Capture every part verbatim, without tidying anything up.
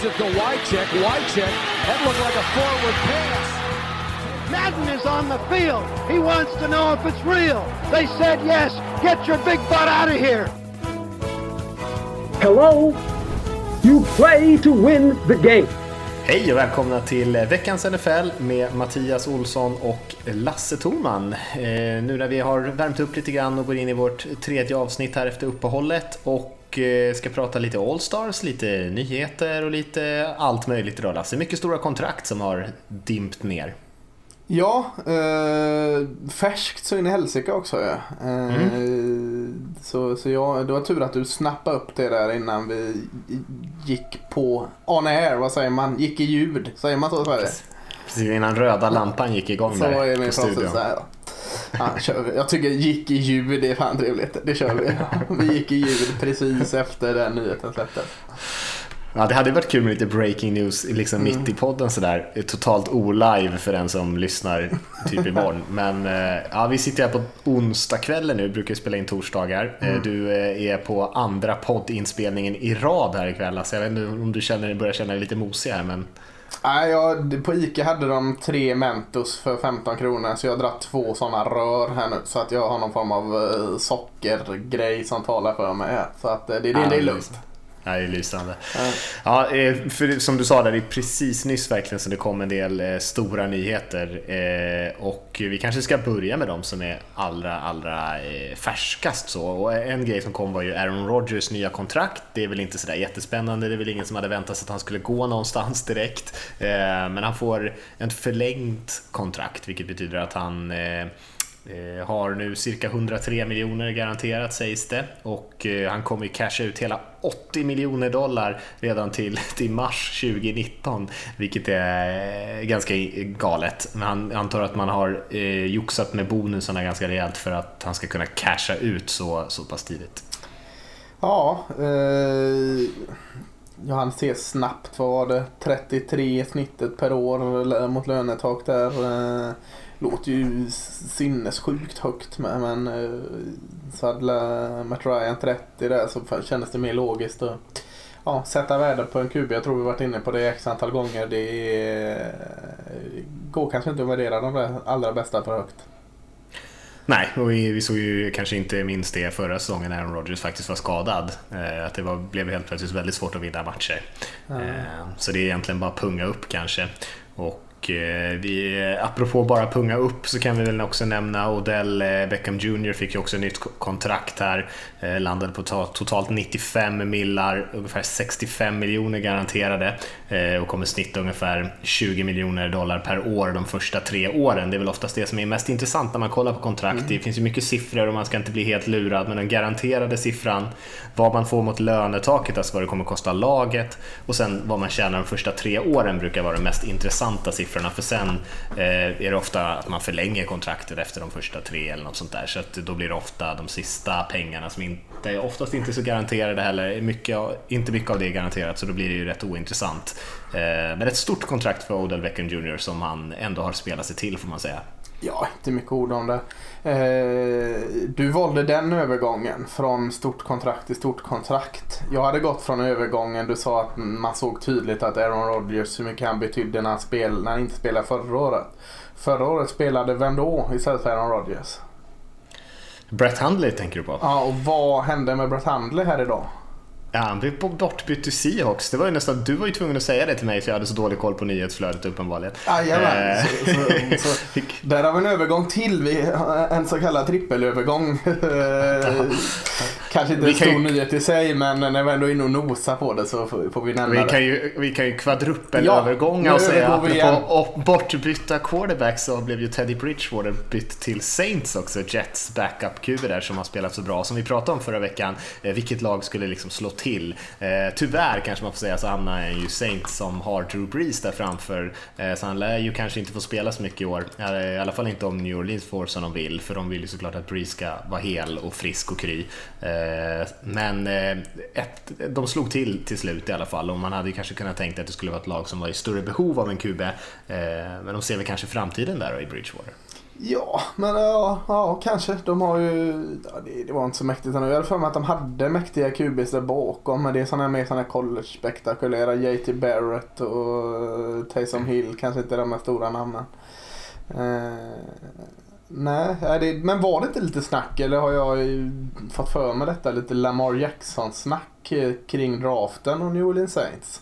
Gives it to Wycheck. Wycheck. That looked like a forward pass. Madden is on the field. He wants to know if it's real. They said yes. Get your big butt out of here. Hello. You play to win the game. Hej och välkomna till veckans N F L med Mattias Olsson och Lasse Thorman. Eh, nu när vi har värmt upp lite grann och går in i vårt tredje avsnitt här efter uppehållet och eh, ska prata lite All-Stars, lite nyheter och lite allt möjligt idag, Lasse. Mycket stora kontrakt som har dimpt ner. Ja, eh, färskt så in i helsike också. Ja. Eh, mm. Så, så jag, det var tur att du snappade upp det där innan vi gick på on air, vad säger man? Gick i ljud, säger man så? Precis, Precis innan röda lampan gick igång så där är min på studion. Där, ja, kör vi. Jag tycker gick i ljud, det är fan trevligt. Det kör vi. Vi gick i ljud precis efter den nyheten släpptes. Ja, det hade varit kul med lite breaking news liksom mm. mitt i podden sådär, totalt olive för den som lyssnar typ imorgon. Men ja, vi sitter här på onsdagskvällen nu, brukar spela in torsdagar. Mm. Du är på andra poddinspelningen i rad här ikväll, så jag vet inte om du känner, börjar känna dig lite mosig här, men... Nej, jag, på Ica hade de tre Mentos för femton kronor, så jag har dratt två sådana rör här nu, så att jag har någon form av uh, sockergrej som talar för mig här. Så att uh, det, det, det är lugnt. Ja, det är lysande. Mm. Ja, för som du sa där, det är precis nyss verkligen som det kom en del eh, stora nyheter eh, och vi kanske ska börja med dem som är allra, allra eh, färskast så. Och en grej som kom var ju Aaron Rodgers nya kontrakt. Det är väl inte sådär jättespännande, det är väl ingen som hade väntat sig att han skulle gå någonstans direkt, eh, men han får ett förlängt kontrakt, vilket betyder att han eh, Eh, har nu cirka hundratre miljoner garanterat, sägs det, och eh, han kommer ju casha ut hela åttio miljoner dollar redan till, till mars tjugonitton, vilket är eh, ganska galet. Men han antar att man har eh, joxat med bonusarna ganska rejält för att han ska kunna casha ut så, så pass tidigt. Ja, eh, ja, han ser snabbt, vad var det, trettiotre snittet per år mot lönetak där. eh, Låter ju sinnessjukt högt, med, men eh, sadla Matt Ryan trettio där, så kändes det mer logiskt att ja, sätta värde på en Q B. Jag tror vi varit inne på det x antal gånger. Det är, går kanske inte att värdera de allra bästa för högt. Nej, och vi, vi såg ju kanske inte minst det förra säsongen när Aaron Rodgers faktiskt var skadad, eh, att det var, blev helt plötsligt väldigt svårt att vinna matcher. Mm. eh, Så det är egentligen bara punga upp kanske. Och Och vi, apropå bara punga upp, så kan vi väl också nämna Odell Beckham junior fick ju också nytt kontrakt här, landade på totalt nittiofem millar, ungefär sextiofem miljoner garanterade, och kommer snitta ungefär tjugo miljoner dollar per år de första tre åren. Det är väl oftast det som är mest intressant när man kollar på kontrakt. Mm. Det finns ju mycket siffror och man ska inte bli helt lurad, men den garanterade siffran, vad man får mot lönetaket, alltså vad det kommer kosta laget, och sen vad man tjänar de första tre åren brukar vara de mest intressanta siffrorna. För sen eh, är det ofta att man förlänger kontraktet efter de första tre eller något sånt där, så att då blir det ofta de sista pengarna som inte är oftast inte så garanterade heller, mycket, inte mycket av det är garanterat, så då blir det ju rätt ointressant. eh, Men ett stort kontrakt för Odell Beckham junior som han ändå har spelat sig till, får man säga. Ja, inte mycket ord om det. Eh, du valde den övergången från stort kontrakt till stort kontrakt. Jag hade gått från övergången, du sa att man såg tydligt att Aaron Rodgers, hur mycket han betydde när han, spel, när han inte spelade förra året. Förra året spelade vem då istället för Aaron Rodgers? Brett Hundley tänker du på? Ja, och vad hände med Brett Hundley här idag? Ja, han blev bortbytt till Seahawks. Det var ju nästan, du var ju tvungen att säga det till mig, för jag hade så dålig koll på nyhetsflödet uppenbarligen. Jajamän, eh. så, så, så, där har vi en övergång till, vi, en så kallad trippelövergång. Kanske inte en stor ju... nyhet i sig, men när vi ändå är inne och nosar på det så får, får vi nämna vi det. Kan ju, vi kan ju kvadrupelövergånga ja, och säga att på bortbytta quarterbacks så blev ju Teddy Bridgewater bytt till Saints också, Jets backup-Q B där som har spelat så bra, som vi pratade om förra veckan. Eh, vilket lag skulle liksom slå till. Eh, tyvärr kanske man får säga, så hamnar han ju Saints som har Drew Brees där framför, eh, så han lär ju kanske inte få spela så mycket i år, eh, i alla fall inte om New Orleans får som de vill, för de vill ju såklart att Brees ska vara hel och frisk och kry. eh, men eh, ett, de slog till till slut i alla fall, och man hade ju kanske kunnat tänka att det skulle vara ett lag som var i större behov av en Q B, eh, men de ser väl kanske framtiden där då i Bridgewater. Ja, men ja, ja kanske. De har ju... Ja, det, det var inte så mäktigt ännu. Jag hade för mig att de hade mäktiga Q Bs där bakom. Men det är sådana mer sådana college-spektakulära. J T Barrett och Taysom Hill. Kanske inte de här stora namnen. Eh, nej, det, men var det inte lite snack? Eller har jag fått för mig detta? Lite Lamar Jackson-snack kring draften och New Orleans Saints?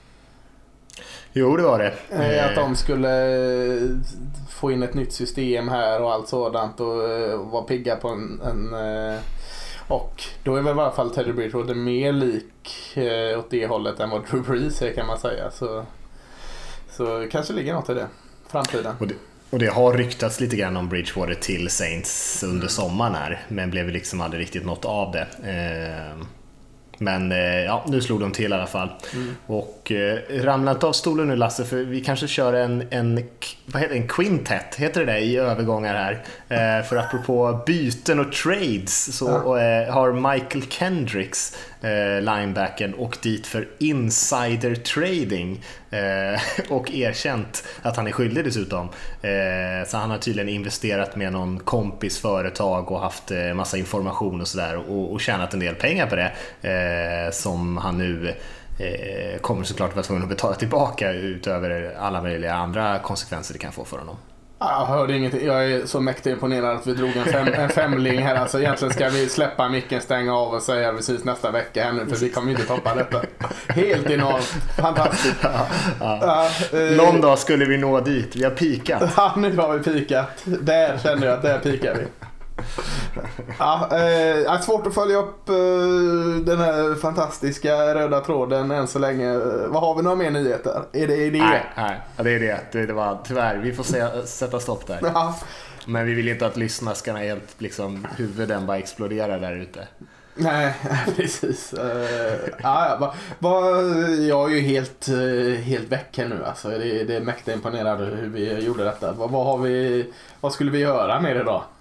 Jo, det var det. Eh, att de skulle få in ett nytt system här och allt sådant och eh, vara pigga på en, en eh, och då är väl i alla fall Teddy Bridgewater mer lik eh, åt det hållet än vad Drew Brees är, kan man säga. Så, så kanske ligger något i det. Framtiden. Och det, och det har ryktats lite grann om Bridgewater till Saints under sommaren här, men blev liksom aldrig riktigt något av det. Eh, Men ja, nu slog de till i alla fall. Mm. Och eh, ramla inte av stolen nu, Lasse, för vi kanske kör en, en, vad heter det, en quintet, heter det, i övergångar här. Eh, för apropå byten och trades så ja. eh, har Michael Kendricks, eh, linebacken, åkt dit för insider trading eh, och erkänt att han är skyldig dessutom. Eh, så han har tydligen investerat med någon kompis företag och haft eh, massa information och sådär och, och tjänat en del pengar på det. Eh, som han nu eh, kommer såklart vara tvungen att betala tillbaka utöver alla möjliga andra konsekvenser det kan få för honom. Jag hörde ingenting. Jag är så mäktigt imponerad att vi drog en, fem, en femling här. Alltså egentligen ska vi släppa micken, stänga av och säga precis nästa vecka här nu, för vi kommer inte toppa detta. Helt enormt. Fantastiskt. Ja, ja. Ja, eh, Någon dag skulle vi nå dit. Vi har pikat. Ja, nu har vi pikat. Där känner jag att där pikar vi. Ja, eh, svårt att följa upp eh, den här fantastiska röda tråden än så länge. Vad har vi några mer nyheter? Är det är det? Nej, nej, ja, det är det. Det, det var tyvärr. Vi får se, sätta stopp där. Ja. Men vi vill inte att lyssnarna ska helt liksom huvuden bara explodera där ute. Nej, precis. Uh, ja, va, va, jag är ju helt, helt väck här nu. Alltså, det, det är mäktigt imponerande hur vi gjorde detta. Vad, vad, har vi, vad skulle vi göra med det då?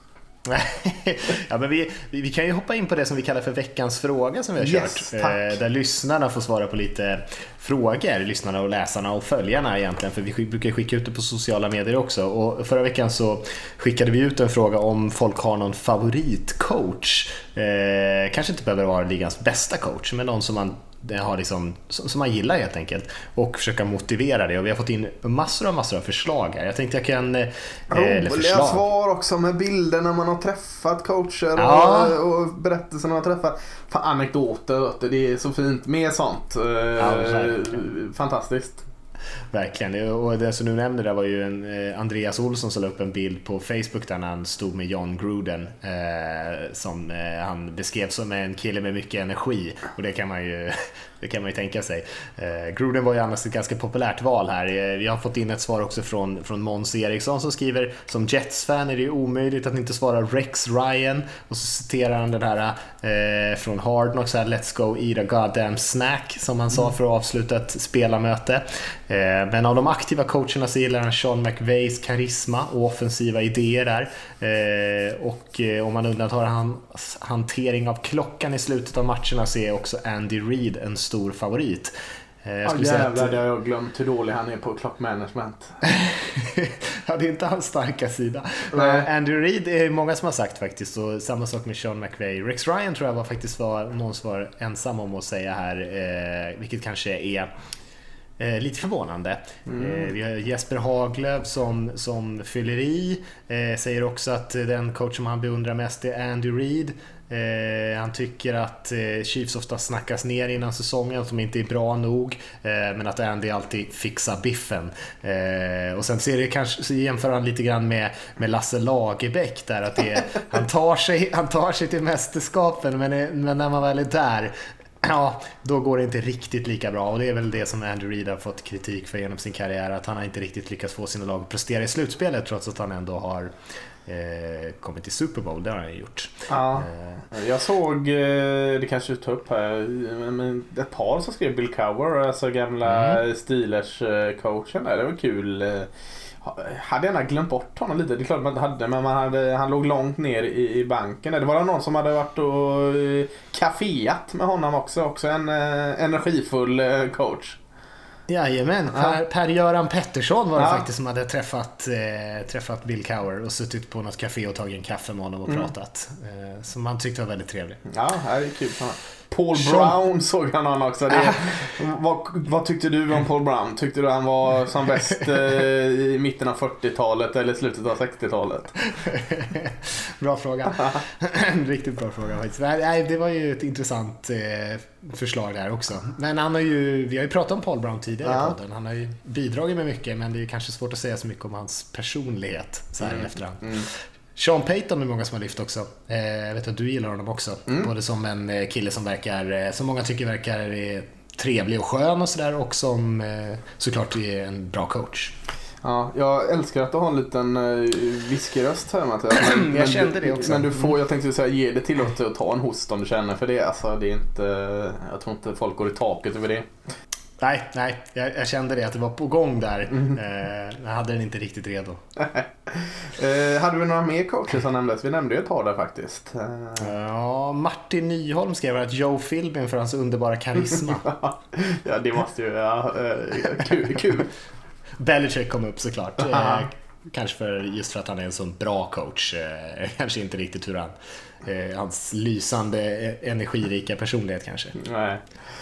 Ja, men vi, vi, vi kan ju hoppa in på det som vi kallar för veckans fråga som vi har yes, kört. Eh, där lyssnarna får svara på lite frågor, lyssnarna och läsarna och följarna egentligen, för vi brukar skicka ut det på sociala medier också. Och förra veckan så skickade vi ut en fråga om folk har någon favoritcoach. Eh, kanske inte behöver vara ligans bästa coach, men någon som man det har liksom, som man gillar helt enkelt, och försöka motivera det, och vi har fått in massor av massor av förslag här. Jag tänkte jag kan eh, roliga förslag. svar också med bilder när man har träffat coacher ja. och, och berättelser när man har träffat. Fan, anekdoter, det är så fint med sånt. Ja, fantastiskt. Verkligen, och det som du nämnde där var ju en eh, Andreas Olsson som la upp en bild på Facebook där han stod med John Gruden eh, som eh, han beskrev som en kille med mycket energi, och det kan man ju det kan man ju tänka sig. Eh, Gruden var ju annars ett ganska populärt val här. Eh, vi har fått in ett svar också från, från Måns Eriksson som skriver: som Jets-fan är det ju omöjligt att inte svara Rex Ryan, och så citerar han den här eh, från Hard Knocks här, let's go eat a goddamn snack, som han sa för att avsluta ett spelarmöte. Men av de aktiva coacherna så gillar han Sean McVays karisma och offensiva idéer där. Och om man undantar hans hantering av klockan i slutet av matcherna så är också Andy Reid en stor favorit. Jag skulle oh, jävlar, säga att... jag har glömt hur dålig han är på clockmanagement. Ja, det är inte hans starka sida. Nej. Andy Reid är många som har sagt faktiskt, och samma sak med Sean McVay. Rex Ryan tror jag var faktiskt var någon som var ensam om att säga här, eh, vilket kanske är Eh, lite förvånande. Mm. Eh, vi har Jesper Haglöf som, som fyller i. Eh, säger också att den coach som han beundrar mest är Andy Reid. Eh, han tycker att eh, Chiefs ofta snackas ner innan säsongen, att de inte är bra nog, eh, men att Andy alltid fixar biffen. Eh, och sen ser det kanske, så jämför han lite grann med, med Lasse Lagerbäck där, att det är, han, tar sig, han tar sig till mästerskapen, men, men när man väl är där, ja, då går det inte riktigt lika bra, och det är väl det som Andy Reid har fått kritik för genom sin karriär, att han har inte riktigt lyckats få sina lag att prestera i slutspelet, trots att han ändå har eh, kommit till Super Bowl. Det har han gjort. Ja, eh. Jag såg, det kanske tar upp här, men ett par som skrev Bill Cowher, alltså gamla mm. Steelers-coachen där, det var kul. Hade jag glömt bort honom lite. Det är klart man inte hade, men man hade, han låg långt ner i, i banken. Det var någon som hade varit och kaféat med honom också. Också en eh, energifull eh, coach. Jajamän, Per, Per-Göran Pettersson var det ja. faktiskt som hade träffat, eh, träffat Bill Cowher och suttit på något café och tagit en kaffe med honom och mm. pratat. Eh, som han tyckte var väldigt trevlig. Ja, det är kul. Paul Brown såg han någon också. Det, vad, vad tyckte du om Paul Brown? Tyckte du han var som bäst eh, i mitten av fyrtiotalet eller slutet av sextiotalet? Bra fråga. Riktigt bra fråga faktiskt. Nej, det var ju ett intressant eh, förslag där också. Men han har ju, vi har ju pratat om Paul Brown tidigare ja. i podden. Han har ju bidragit med mycket, men det är ju kanske svårt att säga så mycket om hans personlighet så här mm. i efterhand. Mm. Sean Payton är många som har lyft också. Eh, jag vet att du gillar honom också. Mm. Både som en kille som verkar, som många tycker verkar trevlig och skön och sådär, och som eh, såklart är en bra coach. Ja, jag älskar att du har en liten uh, viskeröst här, Mattias. Men, jag kände det också. Men du får, jag tänkte säga, ge det till att ta en host om du känner för det. Alltså, det är inte, jag tror inte folk går i taket över det. Nej, nej, jag, jag kände det att det var på gång där. Mm. Eh, jag hade den inte riktigt redo. eh, hade vi några mer coacher som nämndes? Vi nämnde ju ett par där faktiskt. Eh. Ja, Martin Nyholm skrev att Joe Philbin för hans underbara karisma. Ja, det måste ju, ja, eh, kul, kul. Belichick kom upp såklart. Eh, kanske för, just för att han är en sån bra coach. Eh, kanske inte riktigt hur han, eh, hans lysande, energirika personlighet kanske. Nej.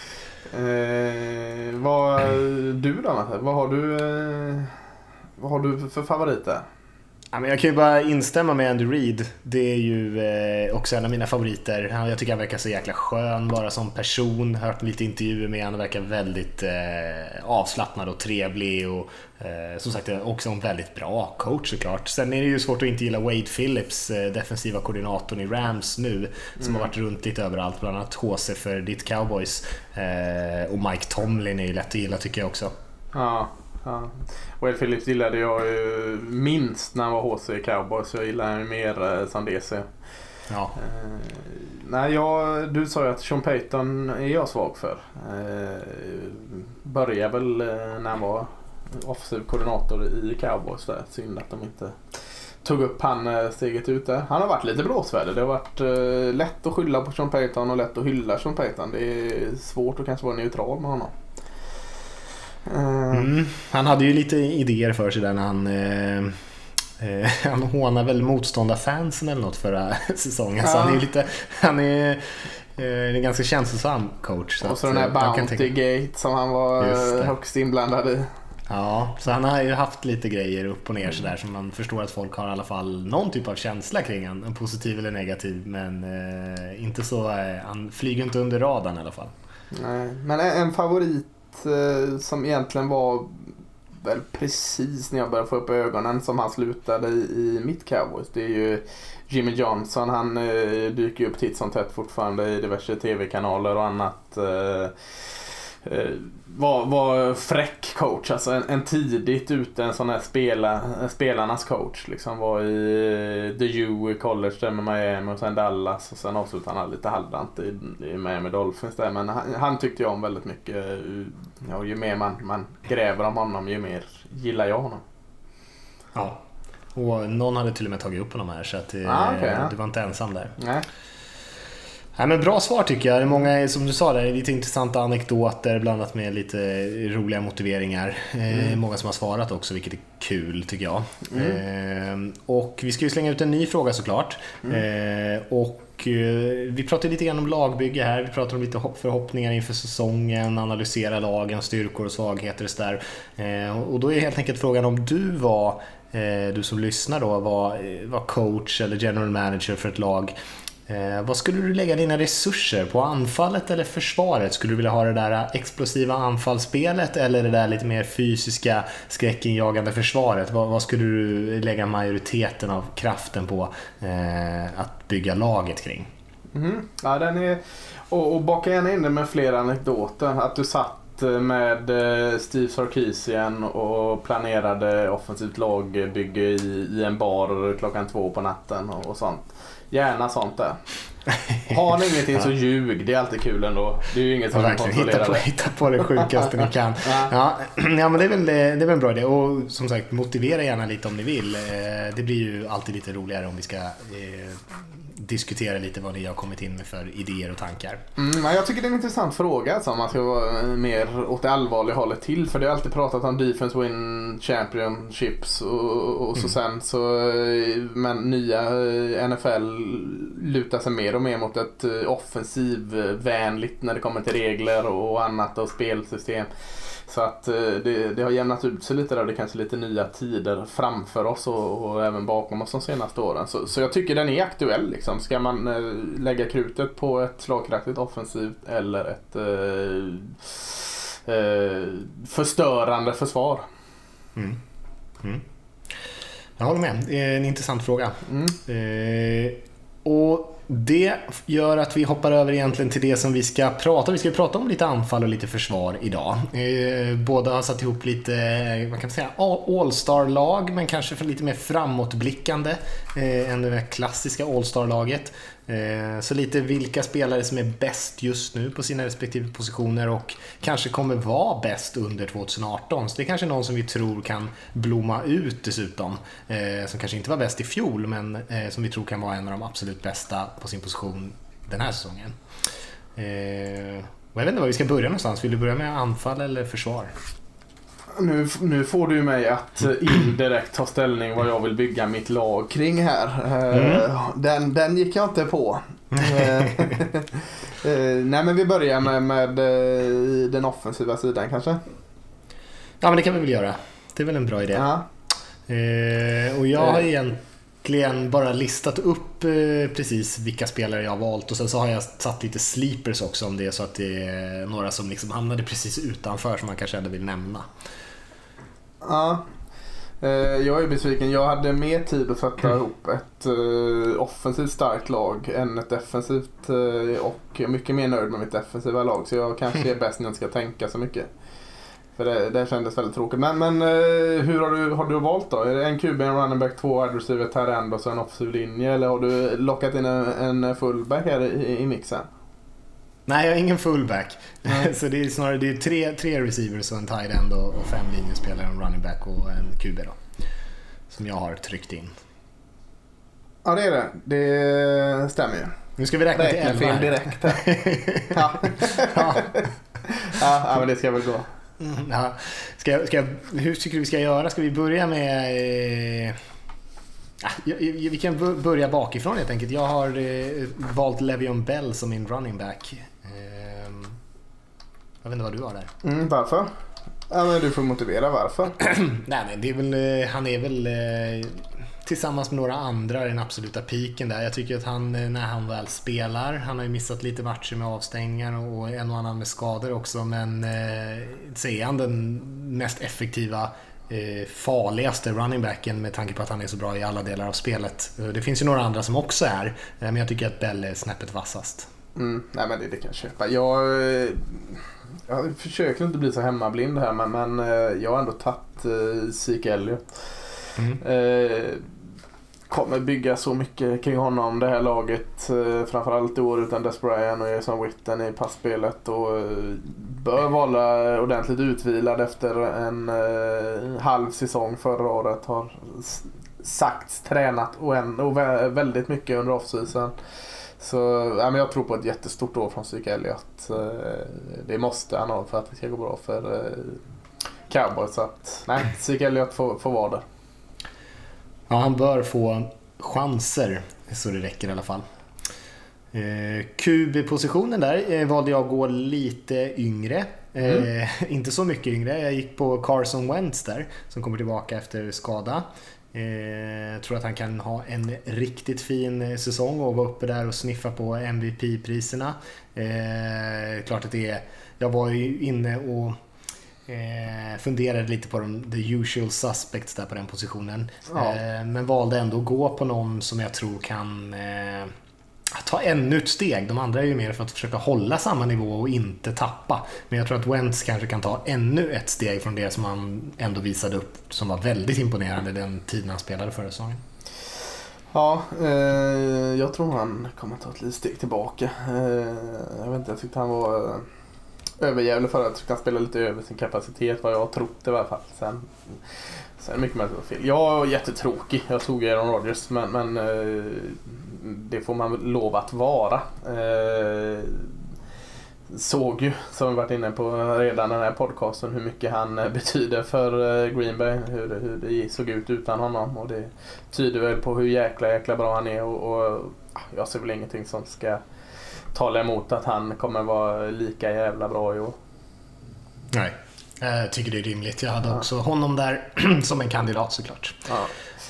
Eh, vad du då, Matte? Vad har du eh, vad har du för favoriter? Ja, men jag kan ju bara instämma med Andy Reid. Det är ju eh, också en av mina favoriter. Jag tycker han verkar så jäkla skön bara som person. Hört lite intervjuer med han, verkar väldigt eh, avslappnad och trevlig och eh, som sagt också en väldigt bra coach såklart. Sen är det ju svårt att inte gilla Wade Phillips, eh, defensiva koordinatorn i Rams nu, som mm. har varit runt lite överallt, bland annat H C för ditt Cowboys, eh, och Mike Tomlin är ju lätt att gilla tycker jag också. Ja. Ja. Wade Phillips gillade jag ju minst när han var H C i Cowboys, så jag gillar han mer som D C. Ja. Eh, nej, jag, du sa ju att Sean Payton är jag svag för. Eh, började väl när han var offensiv koordinator i Cowboys där. Synd att de inte tog upp han steget ut där. Han har varit lite blåsväder. Det har varit eh, lätt att skylla på Sean Payton och lätt att hylla Sean Payton. Det är svårt att kanske vara neutral med honom. Mm. Han hade ju lite idéer för sig där när han eh, eh, han hånar väl motståndarfansen eller något förra säsongen, ja. Så han är lite han är eh, en ganska känslosam coach, så och så att, den här Bounty Gate som han var högst inblandad i. Ja, så han har ju haft lite grejer upp och ner så där, som man förstår att folk har i alla fall någon typ av känsla kring han, en positiv eller negativ, men eh, inte så eh, han flyger inte under radarn i alla fall. Nej, men en, en favorit som egentligen var väl precis när jag började få upp ögonen som han slutade i, i mitt Cowboys, det är ju Jimmy Johnson. Han eh, dyker ju upp titt som tätt fortfarande i diverse tv-kanaler och annat. Eh, eh, var, var fräck coach, alltså en, en tidigt ute en sån här spela, spelarnas coach liksom, var i The U College där med Miami och sen Dallas och sen avslutade han lite halvdant i, i Miami Dolphins där, men han, han tyckte jag om väldigt mycket. Ja, ju mer man, man gräver om honom, ju mer gillar jag honom. Ja, och någon hade till och med tagit upp honom här, så att det, ah, okay, ja. du var inte ensam där. Nej. Ja, men bra svar tycker jag. Det är många, som du sa där, lite intressanta anekdoter blandat med lite roliga motiveringar. Mm. Eh, många som har svarat också, vilket är kul tycker jag. Mm. Eh, och vi ska ju slänga ut en ny fråga såklart. Mm. Eh, och eh, vi pratar lite grann om lagbygge här. Vi pratar om lite förhoppningar inför säsongen, analysera lagen, styrkor och svagheter och så där. Eh, och då är helt enkelt frågan om du var, eh, du som lyssnar då, var, var coach eller general manager för ett lag. Eh, vad skulle du lägga dina resurser på, anfallet eller försvaret? Skulle du vilja ha det där explosiva anfallsspelet eller det där lite mer fysiska skräckinjagande försvaret? Vad, vad skulle du lägga majoriteten av kraften på eh, att bygga laget kring? Mm. Ja, den är, och, och baka gärna in det med flera anekdoter. Att du satt med Steve Sarkisian och planerade offensivt lagbygge i, i en bar klockan två på natten och, och sånt. Gärna sånt där. Har ni ingenting ja. så ljug, det är alltid kul ändå. Det är ju inget som ja, kan hitta på, hitta på det sjukaste ni kan. Ja. Ja, ja, men det är, väl, det är väl en bra idé. Och som sagt, motivera gärna lite om ni vill. Det blir ju alltid lite roligare om vi ska eh, diskutera lite vad ni har kommit in med för idéer och tankar. Mm, jag tycker det är en intressant fråga alltså, om man ska vara mer åt det allvarliga hållet till. För det har alltid pratat om defense win championships och, och så mm. sen så men nya N F L lutar sig mer och mer mot ett offensivvänligt när det kommer till regler och annat och spelsystem. Så att det, det har jämnat ut sig lite där. Det är kanske lite nya tider framför oss och, och även bakom oss de senaste åren. Så, så jag tycker den är aktuell. Liksom. Ska man eh, lägga krutet på ett slagkraftigt offensivt eller ett eh, eh, förstörande försvar? Mm. Mm. Jag håller med. Det är en intressant fråga. Mm. Eh, och det gör att vi hoppar över egentligen till det som vi ska prata om. Vi ska prata om lite anfall och lite försvar idag. Eh, båda har satt ihop lite, vad kan man säga, all-star-lag, men kanske för lite mer framåtblickande eh, än det klassiska all-star-laget. Eh, så lite vilka spelare som är bäst just nu på sina respektive positioner och kanske kommer vara bäst under tjugoarton. Så det är kanske någon som vi tror kan blomma ut dessutom. Eh, som kanske inte var bäst i fjol, men eh, som vi tror kan vara en av de absolut bästa på sin position den här säsongen. Eh, och jag vet inte var vi ska börja någonstans. Vill du börja med anfall eller försvar? Nu, nu får du mig att indirekt ta ställning vad jag vill bygga mitt lag kring här. Mm. Den, den gick jag inte på. Nej, men vi börjar med, med den offensiva sidan kanske. Ja, men det kan vi väl göra. Det är väl en bra idé. Ja. Eh, och jag har egentligen bara listat upp eh, precis vilka spelare jag har valt. Och sen så har jag satt lite sleepers också om det är så att det är några som liksom hamnade precis utanför som man kanske ändå vill nämna. Ja, jag är besviken. Jag hade mer tid att sätta ihop ett offensivt starkt lag än ett defensivt och mycket mer nöjd med mitt defensiva lag. Så jag kanske är bäst när jag ska tänka så mycket. För det, det kändes väldigt tråkigt. Men, men hur har du, har du valt då? Är det en Q B, en running back, två wide receiver, tight end och så en offensiv linje? Eller har du lockat in en, en fullback här i, i mixen? Nej, jag har ingen fullback. Mm. Så det är snarare det är tre, tre receivers och en tight end och, och fem linjespelare, en running back och en Q B då. Som jag har tryckt in. Ja, det är det. Det stämmer ju. Nu ska vi räkna, räkna till elva direkt här. ja. ja. ja, men det ska väl gå. Mm, ja. Ska jag, ska jag, hur tycker du vi ska göra? Ska vi börja med... Eh, ja, vi kan börja bakifrån helt enkelt. Jag har eh, valt Le'Veon Bell som min running back. Eh, jag vet inte vad du har där. Mm, varför? Ja, men du får motivera varför. Nej, men det är väl, han är väl eh, tillsammans med några andra den absoluta piken där. Jag tycker att han, när han väl spelar, han har ju missat lite matcher med avstängningar och en och annan med skador också, men eh, så är han den mest effektiva, eh, farligaste running backen med tanke på att han är så bra i alla delar av spelet. Det finns ju några andra som också är, eh, men jag tycker att Bell är snäppet vassast. Mm, nej, men det, det kan jag köpa. Jag... Jag försöker inte bli så hemmablind här, men, men jag har ändå tagit uh, Zeke Elliott. Mm. Uh, kommer bygga så mycket kring honom, det här laget, uh, framförallt i år utan Des Bryant och Jason Witten i passspelet, och uh, bör vara ordentligt utvilad efter en uh, halv säsong förra året. Har sagts tränat och, en, och vä- väldigt mycket under offseason. Så ja, men jag tror på ett jättestort år från Zeke Elliott. Det måste han ha för att det ska gå bra för Cowboys. Så att, nej, Zeke Elliott får, får vara där. Ja, han bör få chanser så det räcker i alla fall. Q B-positionen där valde jag att gå lite yngre. Mm. Eh, inte så mycket yngre. Jag gick på Carson Wentz där, som kommer tillbaka efter skada. Jag eh, tror att han kan ha en riktigt fin säsong och vara uppe där och sniffa på M V P-priserna. Eh, klart att det är... Jag var ju inne och eh, funderade lite på de the usual suspects där på den positionen. Ja. Eh, men valde ändå att gå på någon som jag tror kan eh, ta ännu ett steg. De andra är ju mer för att försöka hålla samma nivå och inte tappa. Men jag tror att Wentz kanske kan ta ännu ett steg från det som han ändå visade upp, som var väldigt imponerande den tiden han spelade förra säsongen. Ja, eh, jag tror han kommer ta ett litet steg tillbaka. Eh, jag vet inte, jag tyckte han var eh, överjävlig för att jag tyckte han spelade lite över sin kapacitet, vad jag har trott i alla fall. Sen, sen är det mycket mer fel. Jag är jättetråkig, jag tog Aaron Rodgers, men, men eh, det får man lov att vara. Eh, såg ju, som vi varit inne på redan den här podcasten, hur mycket han betyder för Green Bay, hur, hur det såg ut utan honom, och det tyder väl på hur jäkla jäkla bra han är, och, och jag ser väl ingenting som ska tala emot att han kommer vara lika jävla bra i år. Nej, jag tycker det är rimligt. Jag hade ja. också honom där som en kandidat såklart. Ja.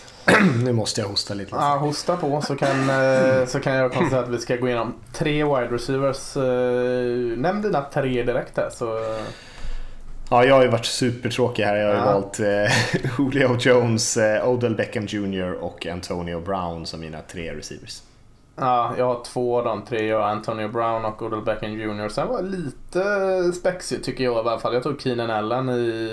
Nu måste jag hosta lite. Ja, hosta på så kan, så kan jag konstatera att vi ska gå igenom tre wide receivers. Nämn dina tre direkt här. Så... Ja, jag har ju varit supertråkig här. Jag har ju ja. valt eh, Julio Jones, eh, Odell Beckham junior och Antonio Brown som mina tre receivers. Ja, jag har två av de tre. Jag har Antonio Brown och Odell Beckham junior Sen var lite spexigt tycker jag i alla fall. Jag tog Keenan Allen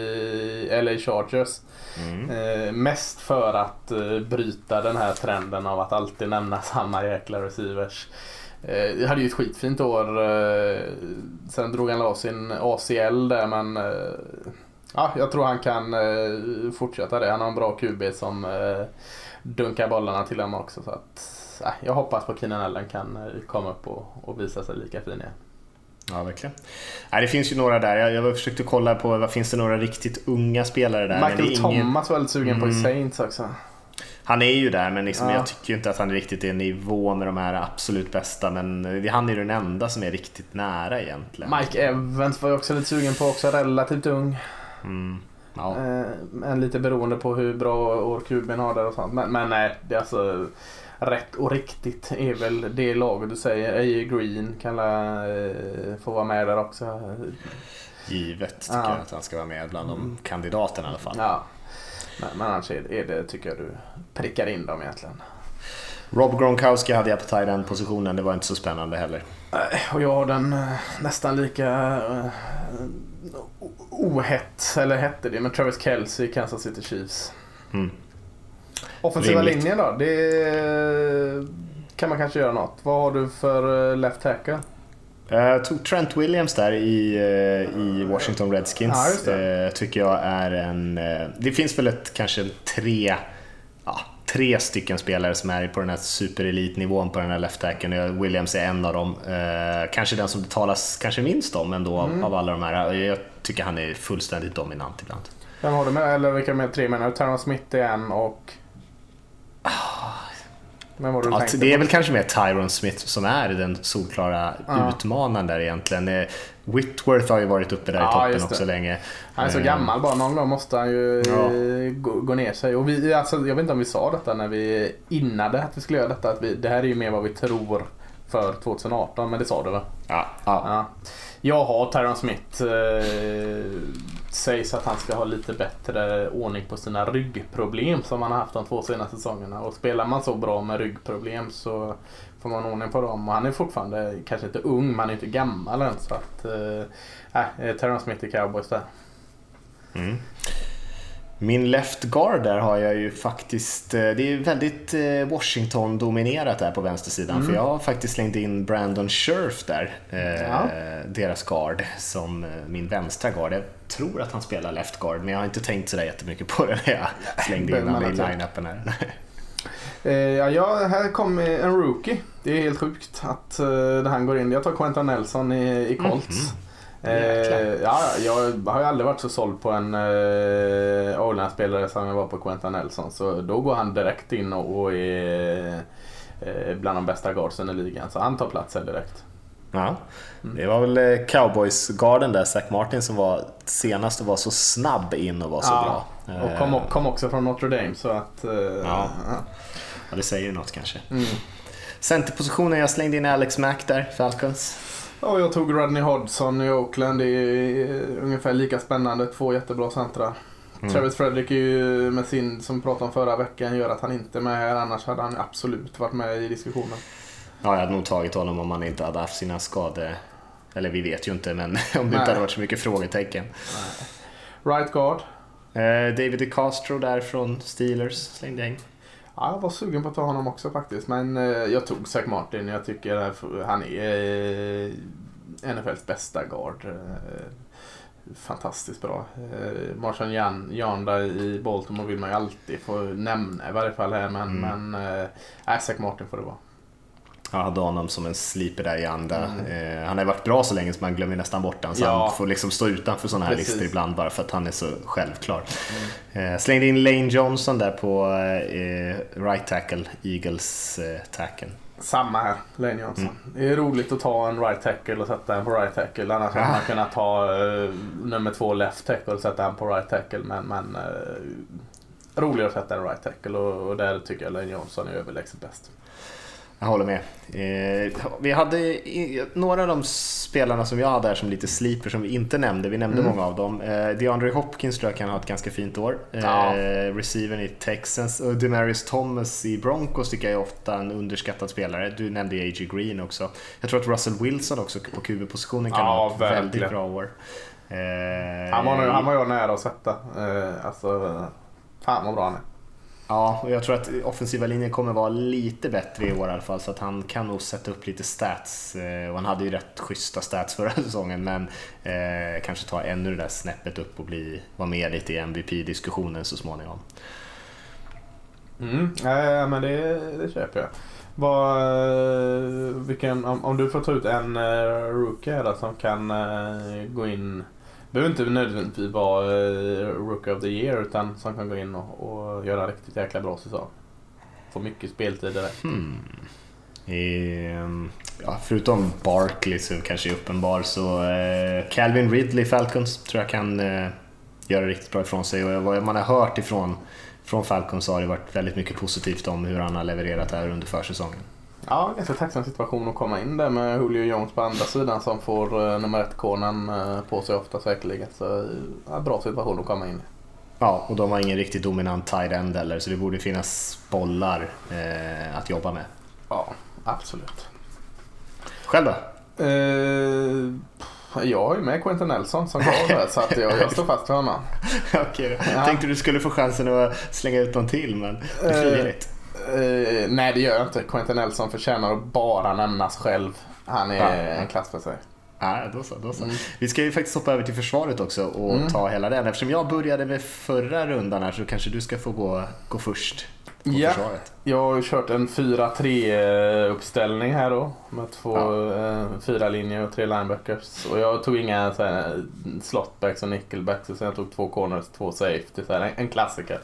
i L A Chargers. Mm. Eh, mest för att eh, bryta den här trenden av att alltid nämna samma jäkla receivers. Eh, jag hade ju ett skitfint år. Eh, sen drog han av sin A C L där, men eh, ja, jag tror han kan eh, fortsätta det. Han har en bra Q B som eh, dunkar bollarna till honom också, så att jag hoppas på Keenan Allen kan komma upp och, och visa sig lika fin igen. Ja, verkligen. Nej, det finns ju några där. Jag, jag försökte kolla på, vad finns det några riktigt unga spelare där? Michael men Thomas ingen... var väldigt sugen mm. på i Saints också. Han är ju där, men liksom, ja. jag tycker ju inte att han riktigt är i nivå med de här absolut bästa. Men han är ju den enda som är riktigt nära egentligen. Mike Evans var jag också lite sugen på, också relativt ung. Mm. Ja. Eh, en lite beroende på hur bra år Q B:n har där och sånt. Men, men nej, det är alltså... Rätt och riktigt är väl det laget du säger. A J Green kan la, eh, få vara med där också. Givet tycker ja. jag att han ska vara med bland de kandidaterna i alla fall. Ja. Men, men annars är det, är det tycker jag du prickar in dem egentligen. Rob Gronkowski hade jag på tight end positionen. Det var inte så spännande heller. Och jag har den eh, nästan lika uh, ohett, eller hette det, med Travis Kelce i Kansas City Chiefs. Mm. Offensiva Rimligt. linjen då, det kan man kanske göra något. Vad har du för left tackle? Jag tog Trent Williams där i, i Washington Redskins. Ja, det. Tycker jag är en... Det finns väl ett, kanske tre, ja, tre stycken spelare som är på den här superelitnivån på den här left tacken. Williams är en av dem. Kanske den som det talas kanske minst om ändå mm. av alla de här. Jag tycker han är fullständigt dominant ibland. Vem har du med? Eller vilka med tre menar? Tyron Smith är en och... Men vad du ja, det är väl kanske mer Tyron Smith som är den solklara ja. utmanaren där egentligen. Whitworth har ju varit uppe där ja, i toppen också länge. Han är så gammal, bara någon gång måste han ju ja. gå, gå ner sig. Och vi, alltså, jag vet inte om vi sa detta när vi innade att vi skulle göra detta. Att vi, det här är ju mer vad vi tror för tjugo arton, men det sa du va? Ja. ja. ja. Jag har Tyron Smith. Eh, sägs att han ska ha lite bättre ordning på sina ryggproblem som han har haft de två senaste säsongerna. Och spelar man så bra med ryggproblem så får man ordning på dem. Och han är fortfarande kanske inte ung, men han är inte gammal än. Så att, eh, Tyron Smith i Cowboys där. Mm. Min left guard där har jag ju faktiskt, det är väldigt Washington-dominerat där på vänstersidan. Mm. För jag har faktiskt slängt in Brandon Scherf där, ja. deras guard, som min vänstra guard. Jag tror att han spelar left guard, men jag har inte tänkt sådär jättemycket på det när jag slängde in honom i line-upen här. Ja, ja, här kom en rookie. Det är helt sjukt att uh, han går in. Jag tar Quentin Nelson i, i Colts. Mm. Eh, ja, jag har ju aldrig varit så såld på en eh, O-line-spelare som jag var på Quentin Nelson. Så då går han direkt in och, och är eh, bland de bästa guardsen i ligan. Så han tar plats här direkt. Ja, det var väl Cowboys-garden där, Zach Martin, som var senast och var så snabb in och var så ja, bra. Och kom, kom också från Notre Dame. Så att, eh, ja. ja, det säger ju något kanske. Mm. Centerpositionen, jag slängde in Alex Mack där, Falcons. Och jag tog Rodney Hodgson i Oakland. Det är ungefär lika spännande. Två jättebra centra. Mm. Travis Frederick är ju med sin, som pratade om förra veckan, gör att han inte är med här. Annars hade han absolut varit med i diskussionen. Ja, jag hade nog tagit honom om han inte hade haft sina skador. Eller vi vet ju inte, men om det Nej. inte hade varit så mycket frågetecken. Nej. Right guard. Eh, David DeCastro där från Steelers slängde jag in. Ja, jag var sugen på att ta honom också faktiskt. Men eh, jag tog Zach Martin. Jag tycker han är eh, N F L:s bästa guard. Eh, fantastiskt bra. Eh, Marshawn Jan, Jan där i Baltimore vill man ju alltid få nämna i varje fall här. Men, mm. men eh, Zach Martin får det vara. Jag hade honom som en sleeper där i andra. Mm. Eh, han har varit bra så länge så man glömmer nästan bort han. Så ja. Han får liksom stå utanför sådana här Precis. listor ibland bara för att han är så självklar. Mm. Eh, slängde in Lane Johnson där på eh, right tackle, Eagles eh, tackle. Samma här, Lane Johnson. Mm. Det är roligt att ta en right tackle och sätta en på right tackle. Annars hade man kunnat ta eh, nummer två left tackle och sätta en på right tackle. Men, men eh, roligare att sätta en right tackle och, och där tycker jag Lane Johnson är överlägset bäst. Jag håller med. Eh, vi hade i, några av de spelarna som jag hade här som lite sleeper som vi inte nämnde. Vi nämnde mm. många av dem. Eh, DeAndre Hopkins tror jag kan ha ett ganska fint år. Eh, ja. Receivern i Texans. Och Demarius Thomas i Broncos tycker jag är ofta en underskattad spelare. Du nämnde A J Green också. Jag tror att Russell Wilson också på Q B-positionen kan ja, ha ett verkligen. väldigt bra år. Eh, han, var, han var jag nära att sätta. Eh, alltså, fan vad bra han är. Ja, och jag tror att offensiva linjen kommer vara lite bättre i år i alla fall, så att han kan nog sätta upp lite stats, och han hade ju rätt schyssta stats förra säsongen, men eh, kanske ta ännu det där snäppet upp och bli, vara med lite i M V P-diskussionen så småningom. Mm, ja, men det, det köper jag. Vad, vilken, om, om du får ta ut en uh, rookie där som kan uh, gå in, behöver inte nödvändigtvis vara uh, rookie of the year, utan som kan gå in och, och göra riktigt jäkla bra säsong. Få mycket speltid direkt. Hmm. I, ja, förutom Barkley som kanske är uppenbar, så uh, Calvin Ridley Falcons tror jag kan uh, göra riktigt bra ifrån sig, och vad man har hört ifrån från Falcons har det varit väldigt mycket positivt om hur han har levererat här under försäsongen. Ja, ganska tacksam situation att komma in där med Julio Jones på andra sidan som får uh, nummer ett-konen uh, på sig ofta säkerligen. Så ja, bra situation att komma in. Ja, och de har ingen riktigt dominant tight end eller, så det borde finnas bollar uh, att jobba med. Ja, absolut. Själv då? Uh, jag är med Quentin Nelson som gav det, så att jag, jag står fast för honom. Okej då. Ja. Tänkte du skulle få chansen att slänga ut någon till, men det är frivilligt. Uh, uh, nej, det gör jag inte. Quentin Nelson förtjänar att bara nämnas själv. Han är ja. en klass för sig. Ja, då så, då så. Mm. Vi ska ju faktiskt hoppa över till försvaret också och mm. ta hela den. Eftersom jag började med förra rundan här, så kanske du ska få gå, gå först. Ja, försvaret. Jag har kört en fyra tre uppställning här då med två ja. eh, fyra linjer och tre linebackers, och jag tog inga så här, slotbacks och nickelbacks, så jag tog två corners, två safety, så här, en, en klassiker.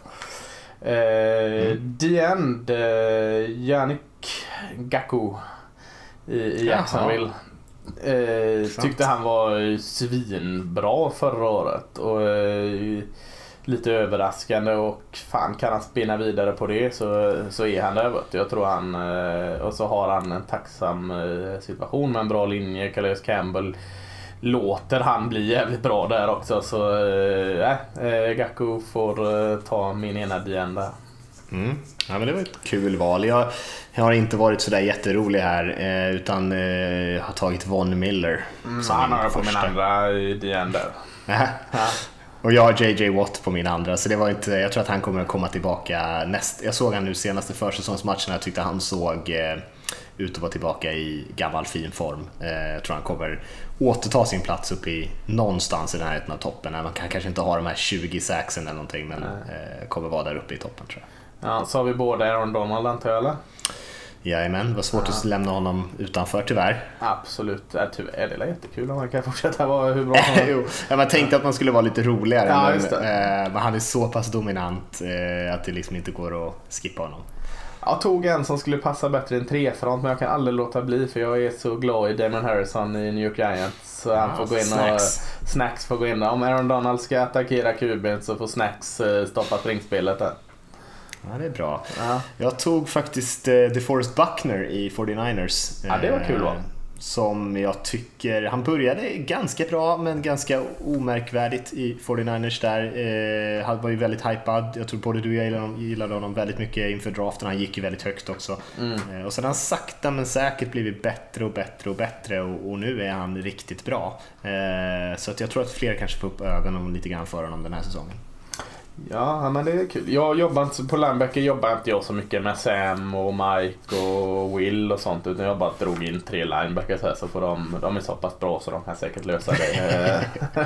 Eh, mm. The End, eh, Yannick Ngakoue i, i Jacksonville. Eh, tyckte han var svinbra förra året och eh, lite överraskande, och fan, kan han spinna vidare på det så, så är han där. Jag tror han, och så har han en tacksam situation med en bra linje. Calais Campbell låter han bli jävligt bra där också, så äh, Ngakoue får ta min ena dian där. Mm. Ja, men det var ett kul val. Jag, jag har inte varit så där jätterolig här, eh, utan eh, har tagit Von Miller. Mm, han har på min andra dian där. Ja. Och jag har J J Watt på min andra, så det var inte, jag tror att han kommer att komma tillbaka näst. Jag såg han nu senaste försäsongsmatchen, jag tyckte han såg eh, ut att vara tillbaka i gammal fin form. Eh, jag tror han kommer återta sin plats upp i någonstans i den här av toppen. Man kan kanske inte ha de här tjugo saxen eller någonting, men eh, kommer vara där uppe i toppen, tror jag. Ja, så har vi båda Aaron Donald, antar jag, eller? Jajamän, det var svårt ja. att lämna honom utanför, tyvärr. Absolut, ja, tyvärr. Det är jättekul om man kan fortsätta vara hur bra som helst. Ja, man tänkte att man skulle vara lite roligare, ja, men, eh, men han är så pass dominant eh, att det liksom inte går att skippa honom. Jag tog en som skulle passa bättre i en trefront, men jag kan aldrig låta bli, för jag är så glad i Damon Harrison i New York Giants. Så han ja, får gå in snacks. och Snacks får gå in. Om Aaron Donald ska attackera kuben så får Snacks stoppa springspelet där. Ja, det är bra. Ja. Jag tog faktiskt uh, DeForest Buckner i fyrtionioers. Ja, det var kul, va? Som jag tycker, han började ganska bra men ganska omärkvärdigt i fyrtionioers där. Eh, han var ju väldigt hypad. Jag tror både du och jag gillade honom, gillade honom väldigt mycket inför draften. Han gick ju väldigt högt också. Mm. Eh, och sen har han sakta men säkert blivit bättre och bättre och bättre, och, och nu är han riktigt bra. Eh, så att jag tror att fler kanske får upp ögonen lite grann för honom den här säsongen. Ja, men det är kul. Jag jobbar inte, på linebacker jobbar inte jag så mycket med Sam och Mike och Will och sånt, utan jag bara drog in tre linebackers här, så får de, de är så pass bra så de kan säkert lösa det.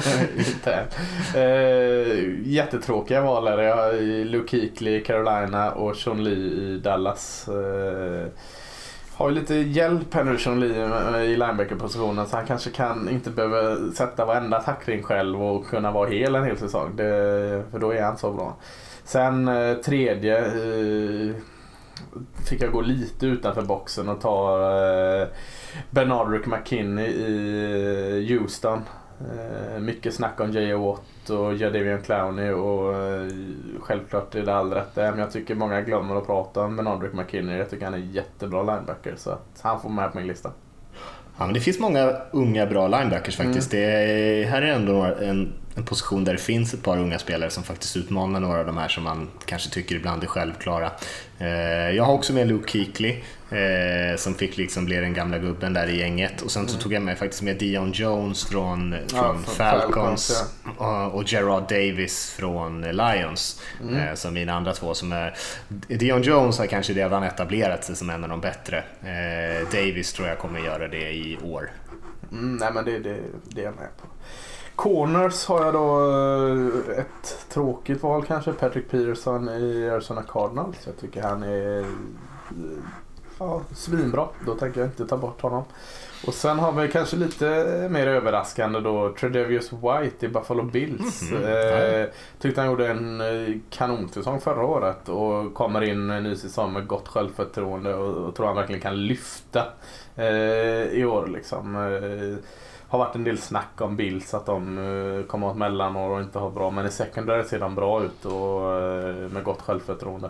uh, jättetråkiga val är det. Luke Kuechly i Carolina och Sean Lee i Dallas. Uh, har ju lite hjälp här nu, Sean Lee, i linebacker-positionen, så han kanske kan inte behöva sätta varenda tackling själv och kunna vara hel en hel säsong, det, för då är han så bra. Sen eh, tredje eh, fick jag gå lite utanför boxen och ta eh, Benardrick McKinney i Houston. Eh, mycket snack om J O Watt och Jadeveon Clowney, och eh, självklart är det all rätt där, men jag tycker många glömmer att prata om Benardrick McKinney. Jag tycker han är jättebra linebacker, så att han får med på min lista. Ja, men det finns många unga bra linebackers faktiskt. Mm. Det är, här är ändå en, en position där det finns ett par unga spelare som faktiskt utmanar några av de här som man kanske tycker ibland är självklara. Eh, jag har också med Luke Kuechly eh, som fick liksom bli den gamla gubben där i gänget, och sen mm. så tog jag med faktiskt med Dion Jones från, från ja, Falcons, Falcons ja. och, och Gerard Davis från Lions mm. eh, som mina andra två. Som är, Dion Jones har kanske redan etablerat sig som en av de bättre. eh, Davis tror jag kommer göra det i år. Mm, nej, men det, det, det är jag med på. Corners har jag då ett tråkigt val kanske, Patrick Peterson i Arizona Cardinals. Jag tycker han är ja, svinbra, då tänker jag inte ta bort honom. Och sen har vi kanske lite mer överraskande då Tre'Davious White i Buffalo Bills. Mm-hmm. eh, tyckte han gjorde en kanonsäsong förra året och kommer in en ny säsong med gott självförtroende och, och tror han verkligen kan lyfta eh, i år liksom. Eh, har varit en del snack om Bills att de uh, kommer åt mellanår och inte har bra, men i secondary ser de bra ut och uh, med gott självförtroende.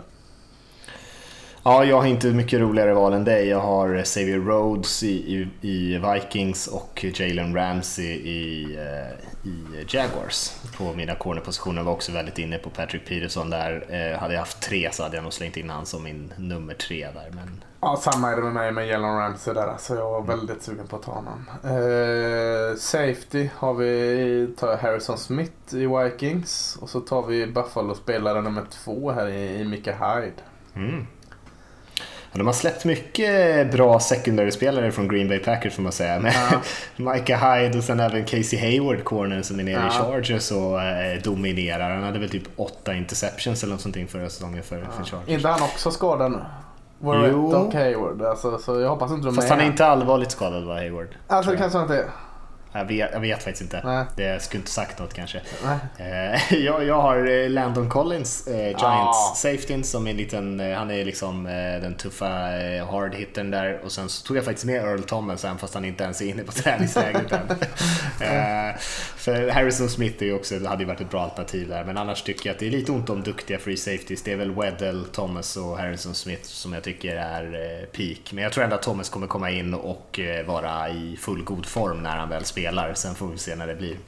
Ja, jag har inte mycket roligare val än dig. Jag har Xavier Rhodes i, i, i Vikings och Jalen Ramsey i, uh, i Jaguars. På mina cornerpositioner var också väldigt inne på Patrick Peterson där. Uh, hade jag haft tre så hade jag nog slängt in han som min nummer tre där, men... Ja, samma är det med mig med Jalen Ramsey där, så jag var väldigt sugen på att ta honom. Uh, safety har vi tar Harrison Smith i Vikings, och så tar vi Buffalo-spelare nummer två här i, i Micah Hyde. Mm. Ja, de har släppt mycket bra secondary-spelare från Green Bay Packers får man säga, med ja. Micah Hyde och sen även Casey Hayward, corner som är nere ja. i Chargers och eh, dominerar. Han hade väl typ åtta interceptions eller något sånt förra säsongen för, ja. för Chargers. Inte han också skadad nu? Jo. Och Hayward, alltså, så jag hoppas inte de Fast är han är inte allvarligt skadad, var Hayward. Alltså det kanske inte är. Jag vet, jag vet faktiskt inte. Nej. Det skulle inte sagt något kanske. Eh, jag, jag har Landon Collins, eh, Giants ah. safety, som är en liten, eh, han är liksom eh, den tuffa eh, hard hittern där. Och sen så tog jag faktiskt med Earl Thomas, fast han inte ens är inne på träningsläget än. eh, för Harrison Smith är ju också, det hade ju varit ett bra alternativ där. Men annars tycker jag att det är lite ont om duktiga free safeties. Det är väl Weddell, Thomas och Harrison Smith som jag tycker är eh, peak. Men jag tror ändå att Thomas kommer komma in och eh, vara i full god form när han väl spelar. Sen får vi se när det blir.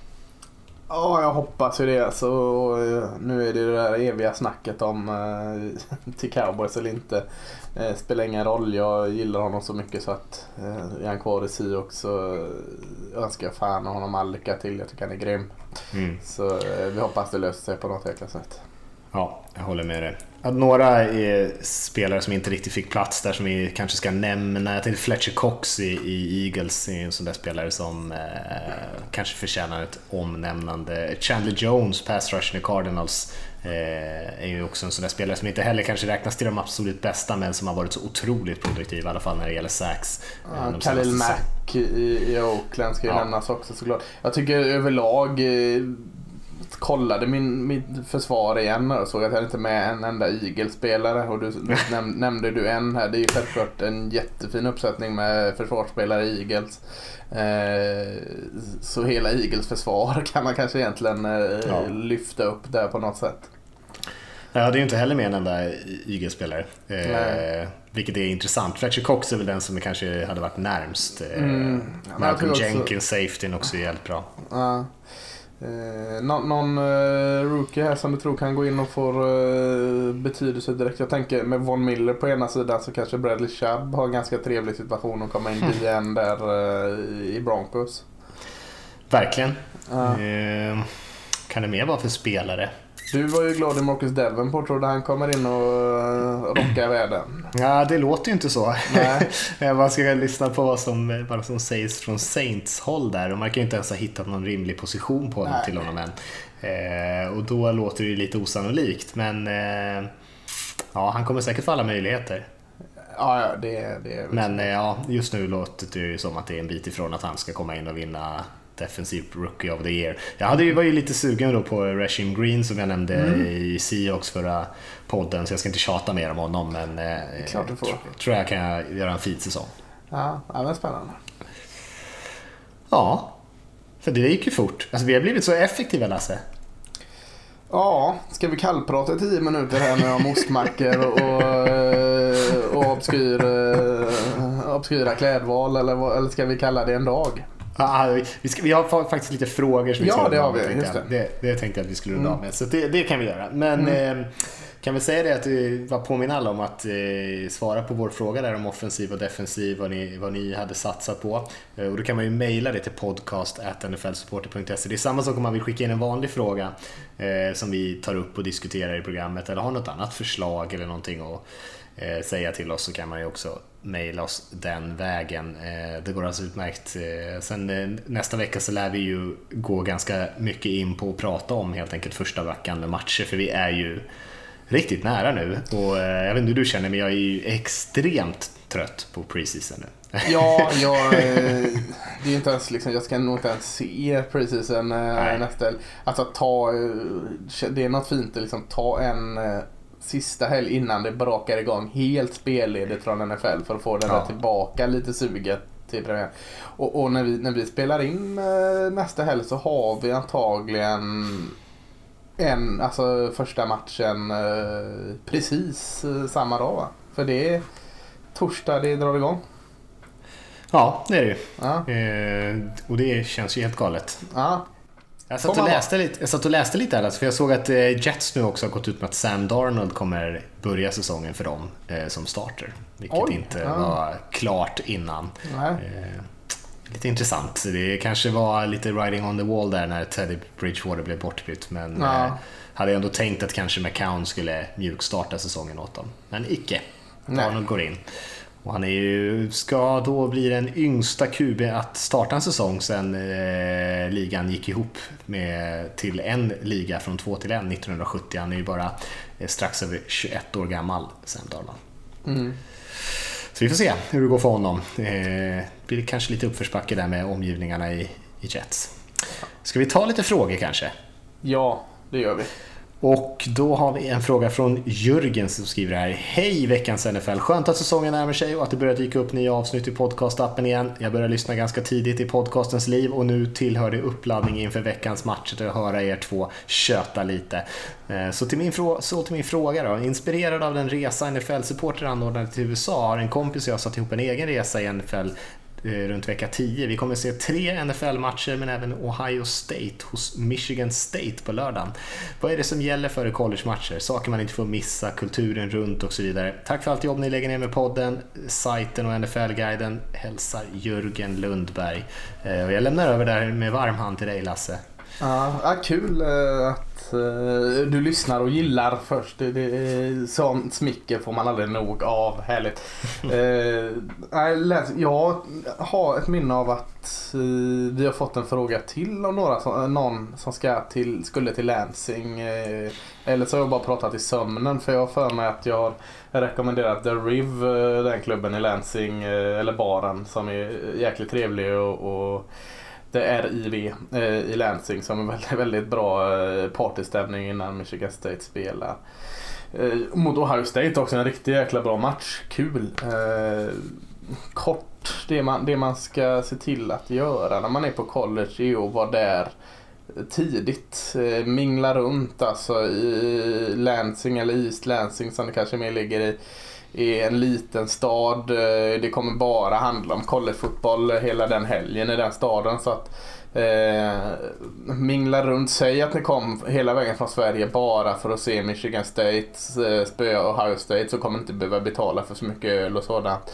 Ja, jag hoppas ju det. Alltså, nu är det det där eviga snacket om eh, till Cowboys eller inte. Eh, spelar ingen roll. Jag gillar honom så mycket så att eh, är han kvar i Seahawks så eh, önskar jag fan honom all lycka till. Jag tycker han är grym. Mm. Så eh, vi hoppas det löser sig på något jäkla sätt. Ja, jag håller med dig. Att några är spelare som inte riktigt fick plats där som vi kanske ska nämna. Jag tänkte Fletcher Cox i, i Eagles är en sån där spelare som eh, kanske förtjänar ett omnämnande. Chandler Jones, pass rusher i Cardinals, eh, är ju också en sån där spelare som inte heller kanske räknas till de absolut bästa, men som har varit så otroligt produktiv i alla fall när det gäller sacks. Ja, eh, Khalil Mack i, i Oakland ska ju ja. nämnas också såklart. Jag tycker överlag eh, kollade min, mitt försvar igen och såg att jag hade inte med en enda Eagles-spelare, och du näm, nämnde du en här. Det är ju självklart en jättefin uppsättning med försvarsspelare i Eagles, eh, så hela Eagles försvar kan man kanske egentligen eh, ja. lyfta upp där på något sätt. Jag hade ju inte heller med en enda Eagles-spelare, eh, vilket är intressant. Fletcher Cox är väl den som kanske hade varit närmst. eh, mm. ja, Malcolm Jenkins, safetyn också är helt bra. Ja. Eh, någon någon eh, rookie här som du tror kan gå in och få eh, betydelse direkt. Jag tänker med Von Miller på ena sidan, så kanske Bradley Chubb har en ganska trevlig situation att komma in i en där eh, i Broncos. Verkligen. Ja. eh, Kan det mer vara för spelare? Du var ju glad i Marcus Davenport, trodde han kommer in och rockar världen. Ja, det låter ju inte så. Nej. Man ska lyssna på vad som, vad som sägs från Saints håll där. Och man kan ju inte ens ha hittat någon rimlig position på honom till honom än. Eh, och då låter det ju lite osannolikt. Men eh, ja, han kommer säkert få alla möjligheter. Ja, ja det, det är Men eh, ja, just nu låter det ju som att det är en bit ifrån att han ska komma in och vinna Defensive Rookie of the Year. Jag hade ju, var ju lite sugen då på Rasheem Green som jag nämnde mm. i Seahawks förra podden, så jag ska inte tjata mer om honom, men eh, klart du får. Tro, tror jag kan göra en fin säsong. Ja, det var spännande. Ja, för det gick ju fort. Alltså vi har blivit så effektiva, Lasse. Ja, ska vi kallprata i tio minuter här med om ostmackor och, och, och obskyr, obskyra klädval, eller, vad, eller ska vi kalla det en dag? Ja, vi, ska, vi har faktiskt lite frågor som vi ja, ska det har vi, just det. Det, det tänkte jag att vi skulle runda av med, så det, det kan vi göra. Men mm. eh, kan vi säga det att vi var påminna alla om att eh, svara på vår fråga där om offensiv och defensiv, vad ni, vad ni hade satsat på. Eh, och då kan man ju mejla det till podcast at n f l supporter punkt se. Det är samma sak om man vill skicka in en vanlig fråga eh, som vi tar upp och diskuterar i programmet, eller har något annat förslag eller någonting och eh, säga till oss, så kan man ju också mejla oss den vägen. Eh, det går alltså utmärkt. Eh, sen eh, nästa vecka så lär vi ju gå ganska mycket in på att prata om helt enkelt första veckan med matcher, för vi är ju riktigt nära nu, och eh, jag vet inte hur du känner, men jag är ju extremt trött på preseason nu. Ja, jag, det är inte ens liksom, jag ska nog inte ens se preseason eh, nästa. Alltså ta, det är något fint att liksom ta en eh, sista helg innan det brakar igång helt spelledigt från N F L för att få den där ja. tillbaka lite suget till premiär. Och, och när, vi, när vi spelar in eh, nästa helg så har vi antagligen en, alltså första matchen eh, precis eh, samma dag, va? För det är torsdag det drar igång. Ja, det är det ju. Ja. Eh, och det känns ju helt galet. Ja. Jag satt och läste lite, jag satt och läste lite här, alltså, för jag såg att eh, Jets nu också har gått ut med att Sam Darnold kommer börja säsongen för dem eh, som starter. Vilket Oj, inte ja. var klart innan. Nej. Eh, lite intressant. Det kanske var lite riding on the wall där när Teddy Bridgewater blev bortbytt. Men ja. eh, hade jag ändå tänkt att kanske McCown skulle mjukstarta säsongen åt dem. Men icke. Darnold går in. Och han är ju, ska då bli den yngsta Q B att starta en säsong sen eh, ligan gick ihop med, till en liga från två till en nittonhundrasjuttio. Han är ju bara eh, strax över tjugoett år gammal, Sam Darnold. Mm. Så vi får se hur det går för honom. Eh, blir det kanske lite uppförsbacke där med omgivningarna i, i Jets. Ska vi ta lite frågor kanske? Ja, det gör vi. Och då har vi en fråga från Jörgen som skriver här: hej veckans N F L, skönt att säsongen närmar sig och att det börjar dyka upp nya avsnitt i podcastappen igen. Jag började lyssna ganska tidigt i podcastens liv och nu tillhör det uppladdning inför veckans matcher att höra er två köta lite. Så till min, frå- så till min fråga då. Inspirerad av den resa N F L-supporter anordnade till U S A har en kompis och jag satt ihop en egen resa i N F L runt vecka tio. Vi kommer att se tre N F L-matcher men även Ohio State hos Michigan State på lördagen. Vad är det som gäller för college-matcher? Saker man inte får missa, kulturen runt och så vidare. Tack för allt jobb ni lägger ner med podden, sajten och N F L-guiden. Hälsar Jörgen Lundberg. Och jag lämnar över där med varm hand till dig, Lasse. Ja, kul att uh, du lyssnar och gillar först. Det, det, sånt smicker får man aldrig nog av. Härligt. uh, jag har ett minne av att uh, vi har fått en fråga till om några som, någon som ska till, skulle till Lansing. Uh, eller så har jag bara pratat i sömnen, för jag har för mig att jag har rekommenderat The Riv, uh, den klubben i Lansing, uh, eller baren, som är jäkligt trevlig och, och det är I V eh, i Lansing som är väldigt, väldigt bra eh, partystämning innan Michigan State spelar. Eh, mot Ohio State också en riktigt jäkla bra match. Kul. Eh, kort, det man, det man ska se till att göra när man är på college är att vara där tidigt. Eh, mingla runt alltså i Lansing eller East Lansing som det kanske mer ligger i. I en liten stad. Det kommer bara handla om collegefotboll hela den helgen i den staden, så att eh, mingla runt, säg att ni kom hela vägen från Sverige bara för att se Michigan State eh, spöa Ohio State, så kommer ni inte behöva betala för så mycket öl och sådant.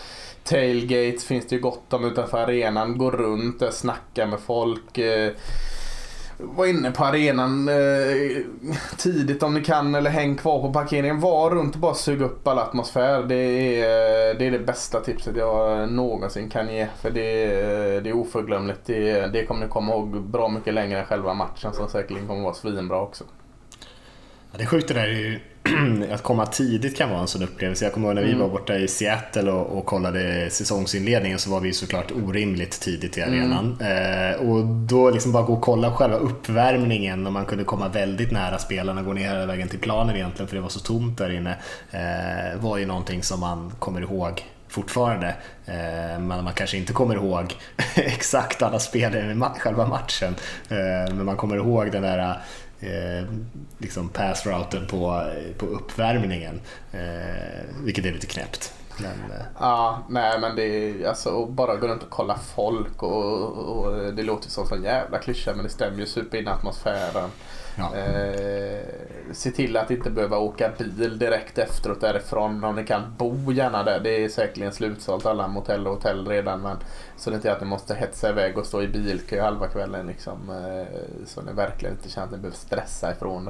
Tailgates finns det ju gott om utanför arenan, gå runt och snacka med folk. eh, var inne på arenan eh, tidigt om ni kan, eller häng kvar på parkeringen. Var runt och bara suga upp all atmosfär. Det är det, är det bästa tipset jag någonsin kan ge. För det, det är oförglömligt. Det, det kommer ni komma ihåg bra mycket längre än själva matchen, som säkerligen kommer vara svinbra också. Ja, det är sjukt det där ju. Att komma tidigt kan vara en sån upplevelse. Jag kommer ihåg när vi mm. var borta i Seattle och, och kollade säsongsinledningen, så var vi såklart orimligt tidigt i arenan. Mm. Eh, och då liksom bara gå och kolla själva uppvärmningen, och man kunde komma väldigt nära spelarna, gå ner hela vägen till planen egentligen, för det var så tomt där inne. Eh, var ju någonting som man kommer ihåg fortfarande, eh, men man kanske inte kommer ihåg exakt alla spelare i ma- själva matchen, eh, men man kommer ihåg den där Eh, liksom pass-routen på, på uppvärmningen, eh, vilket är lite knäppt. Men, eh. Ja, nej men det är alltså, och bara gå runt och kolla folk och, och det låter som en jävla klyscha, men det stämmer ju super in i atmosfären. Ja. Eh, se till att inte behöva åka bil direkt efteråt därifrån. Om ni kan bo gärna där. Det är säkerligen slutsålt alla motell och hotell redan, men så det är inte att ni måste hetsa iväg och stå i bilkö halva kvällen liksom, eh, så ni verkligen inte känner att ni behöver stressa ifrån det.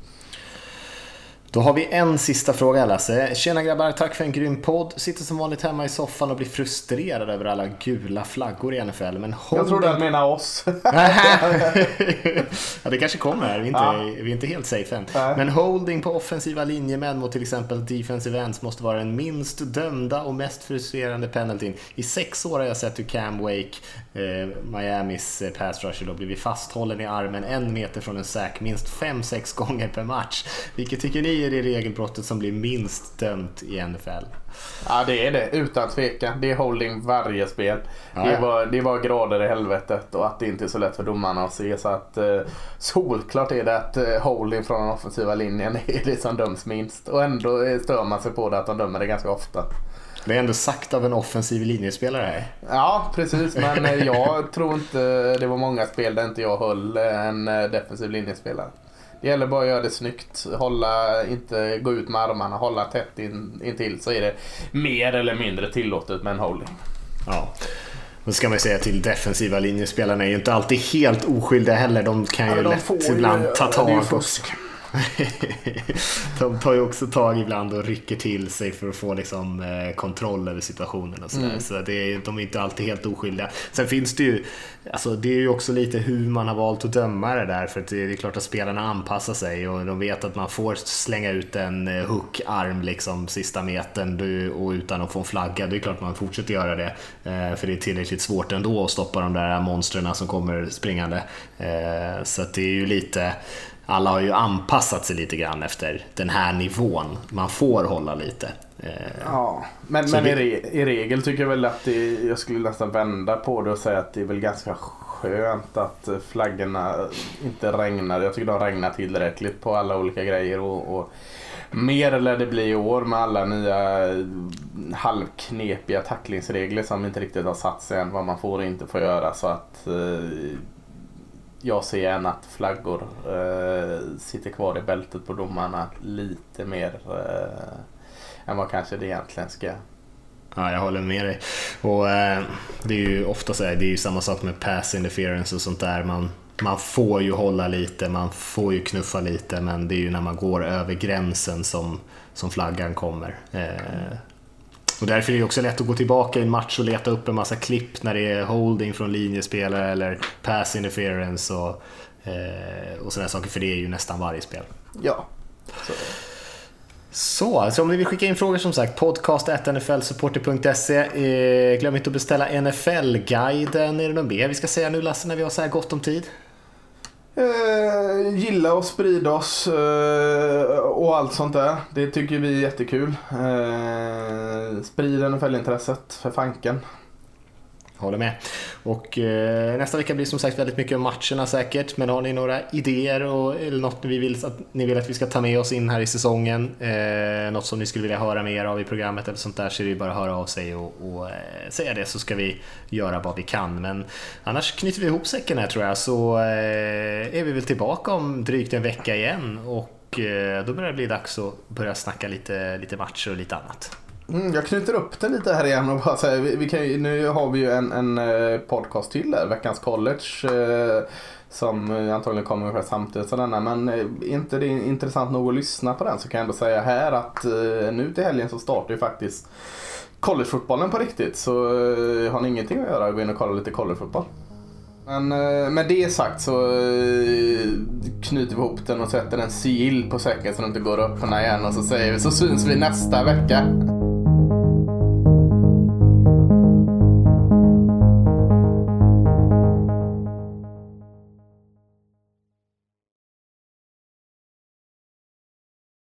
Då har vi en sista fråga, Lasse. Tjena grabbar, tack för en grym podd. Sitter som vanligt hemma i soffan och blir frustrerad över alla gula flaggor i N F L. Men holding... Jag tror du menar oss. Ja, det kanske kommer. Vi är inte, ja. vi är inte helt safe än. Nej. Men holding på offensiva linjemän mot till exempel defensive ends måste vara den minst dömda och mest frustrerande penaltyn. I sex år har jag sett hur Cam Wake, eh, Miamis eh, pass rusher, då blivit fasthållen i armen en meter från en sack minst fem sex gånger per match. Vilket tycker ni är det regelbrottet som blir minst dömt i N F L? Ja, det är det, utan tvekan. Det är holding varje spel. Ja, det, var, det var grader i helvetet, och att det inte är så lätt för domarna att se. Så att eh, solklart är det att eh, holding från den offensiva linjen är det som döms minst. Och ändå stör man sig på det att de dömer det ganska ofta. Det är ändå sagt av en offensiv linjespelare här. Ja, precis. Men jag tror inte det var många spel där inte jag höll en defensiv linjespelare. Det gäller bara att göra det snyggt, hålla, inte gå ut med armarna, hålla tätt in, in till, så är det mer eller mindre tillåtet med en holding. Ja, då ska man ju säga till defensiva linjespelarna är ju inte alltid helt oskyldiga heller. De kan ju ja, lätt ibland ju, ta tag på. De tar ju också tag ibland och rycker till sig för att få liksom, eh, kontroll över situationen och sådär. Mm. Så det är, de är inte alltid helt oskyldiga. Sen finns det ju, alltså, det är ju också lite hur man har valt att döma det där, för att det är klart att spelarna anpassar sig och de vet att man får slänga ut en hookarm liksom sista metern och utan att få en flagga. Det är klart man fortsätter göra det, eh, för det är tillräckligt svårt ändå att stoppa de där monsterna som kommer springande. Eh, så att det är ju lite, alla har ju anpassat sig lite grann efter den här nivån. Man får hålla lite. Ja, men, men det... i, i regel tycker jag väl att det, jag skulle nästan vända på det och säga att det är väl ganska skönt att flaggorna inte regnar. Jag tycker de regnar tillräckligt på alla olika grejer, och, och mer eller det blir i år med alla nya halvknepiga tacklingsregler som inte riktigt har satt sig än, vad man får och inte får göra. Så att eh, jag ser gärna att flaggor eh, sitter kvar i bältet på domarna lite mer eh, än vad kanske det egentligen ska. Ja, jag håller med dig. Och eh, det är ju ofta så här, det är ju samma sak med pass interference och sånt där. Man, man får ju hålla lite, man får ju knuffa lite, men det är ju när man går över gränsen som, som flaggan kommer. Eh, Och därför är det också lätt att gå tillbaka i en match och leta upp en massa klipp när det är holding från linjespelare eller pass interference och, eh, och sådana saker, för det är ju nästan varje spel. Ja. Så, så alltså om ni vill skicka in frågor, som sagt, podcast at n f l supporter punkt s e. Eh, glöm inte att beställa N F L-guiden. Är det något mer vi ska säga nu, Lasse, när vi har så här gott om tid? Eh, gilla och sprida oss eh, och allt sånt där. Det tycker vi är jättekul. Eh, sprid N F L-intresset för fanken. Håller med. Och eh, nästa vecka blir som sagt väldigt mycket om matcherna säkert. Men har ni några idéer och, eller något ni vill, att, ni vill att vi ska ta med oss in här i säsongen, eh, något som ni skulle vilja höra mer av i programmet eller sånt där, så är det ju bara att höra av sig och, och eh, säga det, så ska vi göra vad vi kan. Men annars knyter vi ihop säcken här, tror jag, så eh, är vi väl tillbaka om drygt en vecka igen, och eh, då börjar det bli dags att börja snacka lite, lite matcher och lite annat. Mm, jag knyter upp det lite här igen och bara säger, vi, vi kan, nu har vi ju en, en podcast till där, Veckans College, eh, som antagligen kommer ungefär samtidigt som denna, men är inte det intressant nog att lyssna på den, så kan jag ändå säga här att eh, nu till helgen så startar ju faktiskt collegefotbollen på riktigt, så eh, har ni ingenting att göra, gå in och kolla lite collegefotboll. Men eh, med det sagt så eh, knyter vi ihop den och sätter en sigill på säcken så den inte går upp igen, och så säger vi, så syns vi nästa vecka.